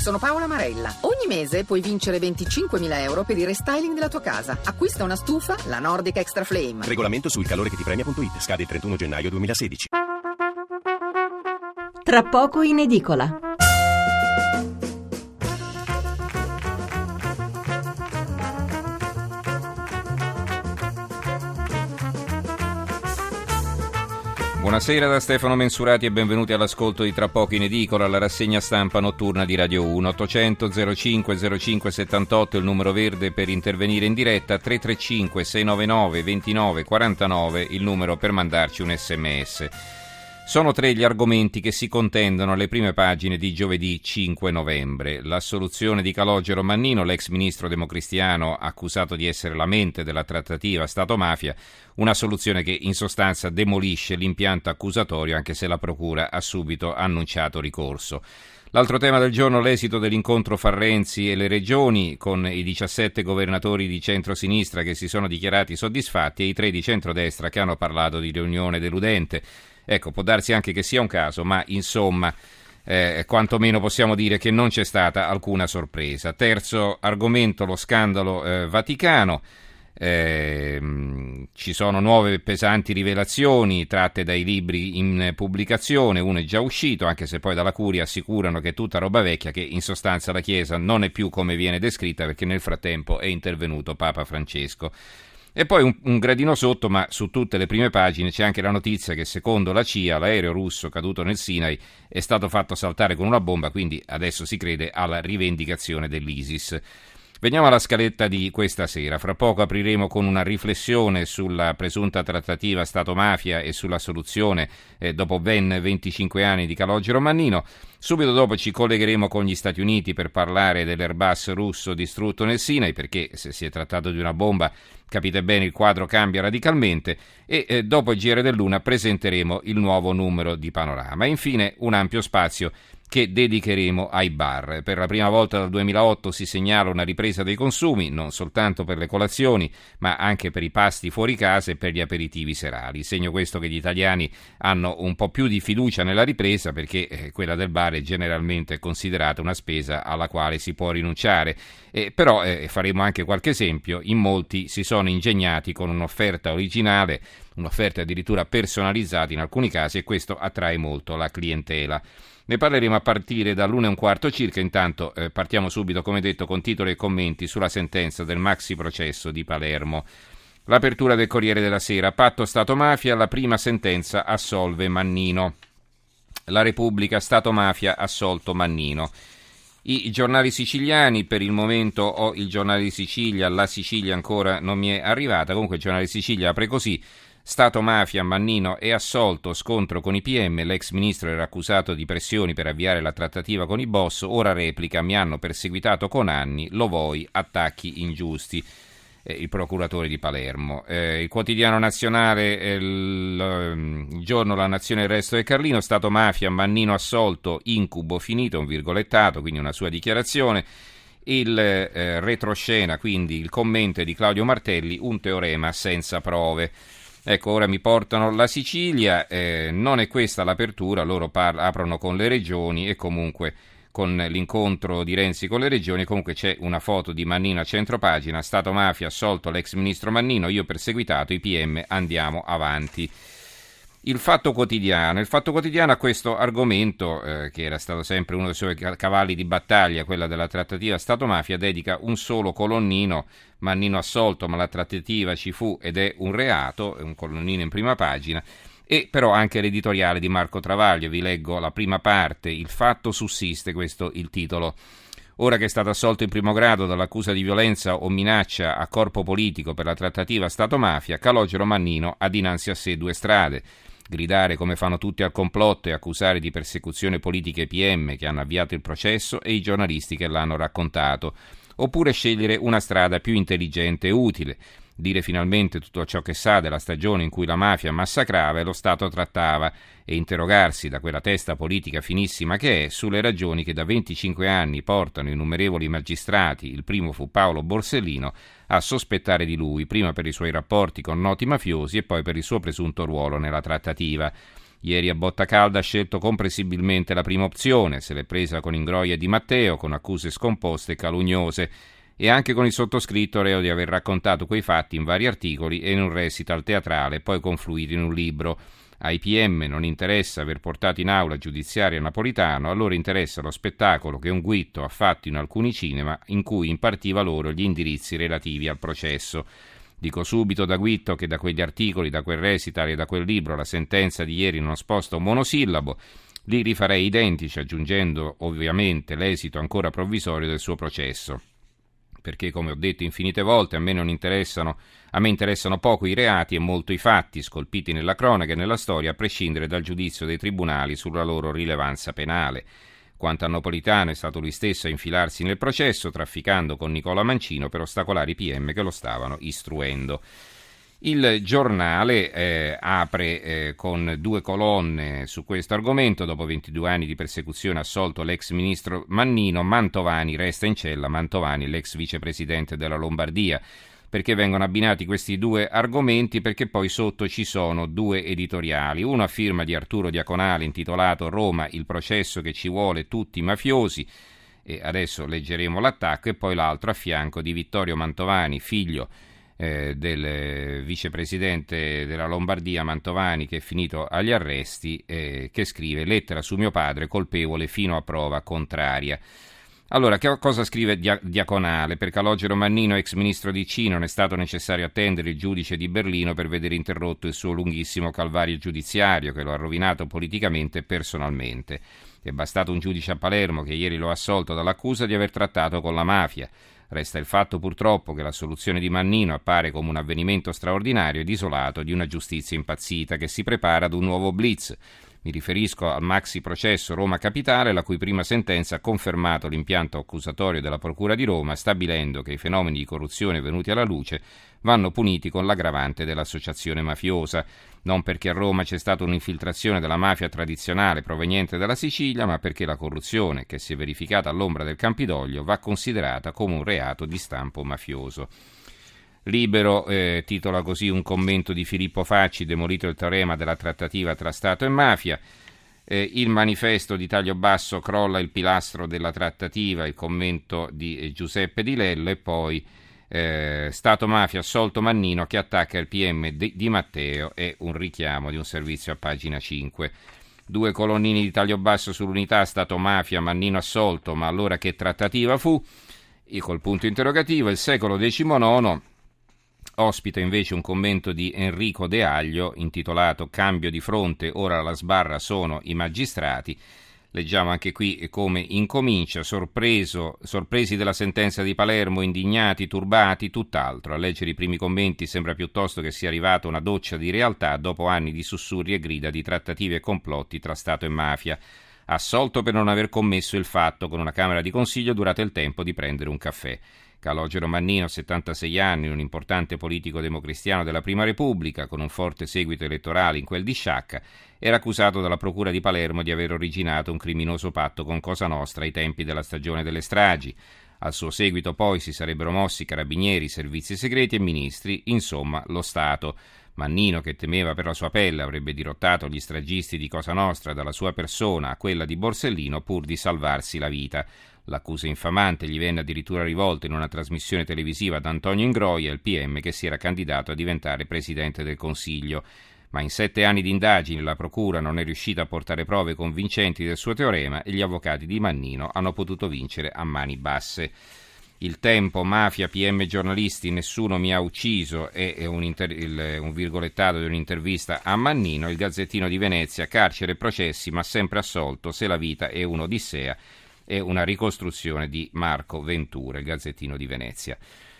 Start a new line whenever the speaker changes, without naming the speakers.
sono Paola Marella. Ogni mese puoi vincere 25.000 euro per il restyling della tua casa. Acquista una stufa, la Nordic Extra Flame.
Regolamento sul calore che ti premia.it. Scade il 31 gennaio 2016.
Tra poco in edicola.
Buonasera da Stefano Mensurati e benvenuti all'ascolto di Tra poco in edicola, la rassegna stampa notturna di Radio 1. 800 05 05 78 il numero verde per intervenire in diretta, 335 699 29 49 il numero per mandarci un sms. Sono tre gli argomenti che si contendono alle prime pagine di giovedì 5 novembre. L'assoluzione di Calogero Mannino, l'ex ministro democristiano accusato di essere la mente della trattativa Stato-mafia, una soluzione che in sostanza demolisce l'impianto accusatorio anche se la procura ha subito annunciato ricorso. L'altro tema del giorno, l'esito dell'incontro fra Renzi e le regioni, con i 17 governatori di centrosinistra che si sono dichiarati soddisfatti e i 3 di centrodestra che hanno parlato di riunione deludente. Ecco, può darsi anche che sia un caso, ma insomma, quantomeno possiamo dire che non c'è stata alcuna sorpresa. Terzo argomento, lo scandalo Vaticano. Ci sono nuove pesanti rivelazioni tratte dai libri in pubblicazione, uno è già uscito, anche se poi dalla Curia assicurano che è tutta roba vecchia, che in sostanza la Chiesa non è più come viene descritta perché nel frattempo è intervenuto Papa Francesco. E poi un gradino sotto, ma su tutte le prime pagine, c'è anche la notizia che secondo la CIA l'aereo russo caduto nel Sinai è stato fatto saltare con una bomba, quindi adesso si crede alla rivendicazione dell'ISIS. Veniamo alla scaletta di questa sera. Fra poco apriremo con una riflessione sulla presunta trattativa Stato-mafia e sulla soluzione dopo ben 25 anni di Calogero Mannino. Subito dopo ci collegheremo con gli Stati Uniti per parlare dell'Airbus russo distrutto nel Sinai, perché se si è trattato di una bomba, capite bene, il quadro cambia radicalmente, e dopo il GR dell'Una presenteremo il nuovo numero di Panorama. E infine un ampio spazio che dedicheremo ai bar. Per la prima volta dal 2008 si segnala una ripresa dei consumi, non soltanto per le colazioni, ma anche per i pasti fuori casa e per gli aperitivi serali. Segno questo che gli italiani hanno un po' più di fiducia nella ripresa, perché quella del bar è generalmente considerata una spesa alla quale si può rinunciare. Però faremo anche qualche esempio, in molti si sono ingegnati con un'offerta originale, un'offerta addirittura personalizzata in alcuni casi, e questo attrae molto la clientela. Ne parleremo a partire dall'1:15 circa. Intanto partiamo subito, come detto, con titoli e commenti sulla sentenza del maxi processo di Palermo. L'apertura del Corriere della Sera, patto Stato-mafia, la prima sentenza assolve Mannino. La Repubblica, Stato-mafia, assolto Mannino. I giornali siciliani, per il momento ho il Giornale di Sicilia, la Sicilia ancora non mi è arrivata, comunque il Giornale di Sicilia apre così: Stato-mafia, Mannino è assolto, scontro con i PM, l'ex ministro era accusato di pressioni per avviare la trattativa con i boss, ora replica, mi hanno perseguitato con anni, lo vuoi, attacchi ingiusti. Il procuratore di Palermo. Il quotidiano nazionale, il giorno La Nazione e il Resto del Carlino, Stato-mafia, Mannino assolto, incubo finito, un virgolettato, quindi una sua dichiarazione. Il retroscena, quindi il commento di Claudio Martelli, un teorema senza prove. Ecco, ora mi portano la Sicilia, non è questa l'apertura, loro aprono con le regioni e comunque con l'incontro di Renzi con le regioni, comunque c'è una foto di Mannino a centropagina, Stato-mafia, assolto l'ex ministro Mannino, io perseguitato, i PM, andiamo avanti. Il Fatto Quotidiano a questo argomento, che era stato sempre uno dei suoi cavalli di battaglia, quella della trattativa Stato-mafia, dedica un solo colonnino, Mannino assolto, ma la trattativa ci fu ed è un reato, è un colonnino in prima pagina. E però anche l'editoriale di Marco Travaglio, vi leggo la prima parte, il fatto sussiste, questo il titolo. Ora che è stato assolto in primo grado dall'accusa di violenza o minaccia a corpo politico per la trattativa Stato-mafia, Calogero Mannino ha dinanzi a sé due strade: gridare come fanno tutti al complotto e accusare di persecuzione politica i PM che hanno avviato il processo e i giornalisti che l'hanno raccontato, oppure scegliere una strada più intelligente e utile, dire finalmente tutto ciò che sa della stagione in cui la mafia massacrava e lo Stato trattava, e interrogarsi da quella testa politica finissima che è sulle ragioni che da 25 anni portano innumerevoli magistrati, il primo fu Paolo Borsellino, a sospettare di lui, prima per i suoi rapporti con noti mafiosi e poi per il suo presunto ruolo nella trattativa. Ieri a botta calda ha scelto comprensibilmente la prima opzione, se l'è presa con Ingroia e Di Matteo, con accuse scomposte e calunniose, e anche con il sottoscritto reo di aver raccontato quei fatti in vari articoli e in un recital teatrale, poi confluito in un libro. Ai PM non interessa aver portato in aula giudiziaria Napolitano, a loro interessa lo spettacolo che un Guitto ha fatto in alcuni cinema in cui impartiva loro gli indirizzi relativi al processo. Dico subito da Guitto che da quegli articoli, da quel recital e da quel libro la sentenza di ieri non sposta un monosillabo, li rifarei identici aggiungendo ovviamente l'esito ancora provvisorio del suo processo. Perché, come ho detto infinite volte, a me interessano poco i reati e molto i fatti, scolpiti nella cronaca e nella storia, a prescindere dal giudizio dei tribunali sulla loro rilevanza penale. Quanto a Napolitano, è stato lui stesso a infilarsi nel processo, trafficando con Nicola Mancino per ostacolare i PM che lo stavano istruendo. Il giornale apre con 2 colonne su questo argomento. Dopo 22 anni di persecuzione assolto l'ex ministro Mannino, Mantovani resta in cella. Mantovani, l'ex vicepresidente della Lombardia. Perché vengono abbinati questi 2 argomenti? Perché poi sotto ci sono 2 editoriali. Uno a firma di Arturo Diaconale intitolato Roma, il processo che ci vuole tutti i mafiosi, e adesso leggeremo l'attacco, e poi l'altro a fianco di Vittorio Mantovani, figlio del vicepresidente della Lombardia Mantovani, che è finito agli arresti, che scrive: lettera su mio padre, colpevole fino a prova contraria. Allora, cosa scrive Diaconale? Per Calogero Mannino, ex ministro di C, non è stato necessario attendere il giudice di Berlino per vedere interrotto il suo lunghissimo calvario giudiziario che lo ha rovinato politicamente e personalmente. È bastato un giudice a Palermo che ieri lo ha assolto dall'accusa di aver trattato con la mafia. Resta il fatto purtroppo che la soluzione di Mannino appare come un avvenimento straordinario ed isolato di una giustizia impazzita che si prepara ad un nuovo blitz. Mi riferisco al maxi processo Roma Capitale, la cui prima sentenza ha confermato l'impianto accusatorio della Procura di Roma, stabilendo che i fenomeni di corruzione venuti alla luce vanno puniti con l'aggravante dell'associazione mafiosa, non perché a Roma c'è stata un'infiltrazione della mafia tradizionale proveniente dalla Sicilia, ma perché la corruzione che si è verificata all'ombra del Campidoglio va considerata come un reato di stampo mafioso. Libero titola così un commento di Filippo Facci, demolito il teorema della trattativa tra Stato e mafia. Il manifesto di taglio basso, crolla il pilastro della trattativa, il commento di Giuseppe Di Lello, e poi Stato-mafia, assolto Mannino che attacca il PM Di Matteo, e un richiamo di un servizio a pagina 5. 2 colonnini di taglio basso sull'Unità, Stato-mafia, Mannino assolto, ma allora che trattativa fu? E col punto interrogativo. Il Secolo XIX ospita invece un commento di Enrico De Aglio intitolato Cambio di fronte, ora alla sbarra sono i magistrati. Leggiamo anche qui come incomincia: sorpresi della sentenza di Palermo, indignati, turbati, tutt'altro. A leggere i primi commenti sembra piuttosto che sia arrivata una doccia di realtà dopo anni di sussurri e grida di trattative e complotti tra Stato e mafia. Assolto per non aver commesso il fatto con una Camera di Consiglio durante il tempo di prendere un caffè. Calogero Mannino, 76 anni, un importante politico democristiano della Prima Repubblica, con un forte seguito elettorale in quel di Sciacca, era accusato dalla Procura di Palermo di aver originato un criminoso patto con Cosa Nostra ai tempi della stagione delle stragi. Al suo seguito poi si sarebbero mossi carabinieri, servizi segreti e ministri, insomma lo Stato. Mannino, che temeva per la sua pelle, avrebbe dirottato gli stragisti di Cosa Nostra dalla sua persona a quella di Borsellino pur di salvarsi la vita. L'accusa infamante gli venne addirittura rivolta in una trasmissione televisiva da Antonio Ingroia, il PM che si era candidato a diventare Presidente del Consiglio. Ma in 7 anni di indagini la Procura non è riuscita a portare prove convincenti del suo teorema e gli avvocati di Mannino hanno potuto vincere a mani basse. Il Tempo, mafia, PM giornalisti, nessuno mi ha ucciso, è un virgolettato di un'intervista a Mannino. Il Gazzettino di Venezia, carcere e processi ma sempre assolto, se la vita è un'odissea. È una ricostruzione di Marco Ventura, il Gazzettino di Venezia.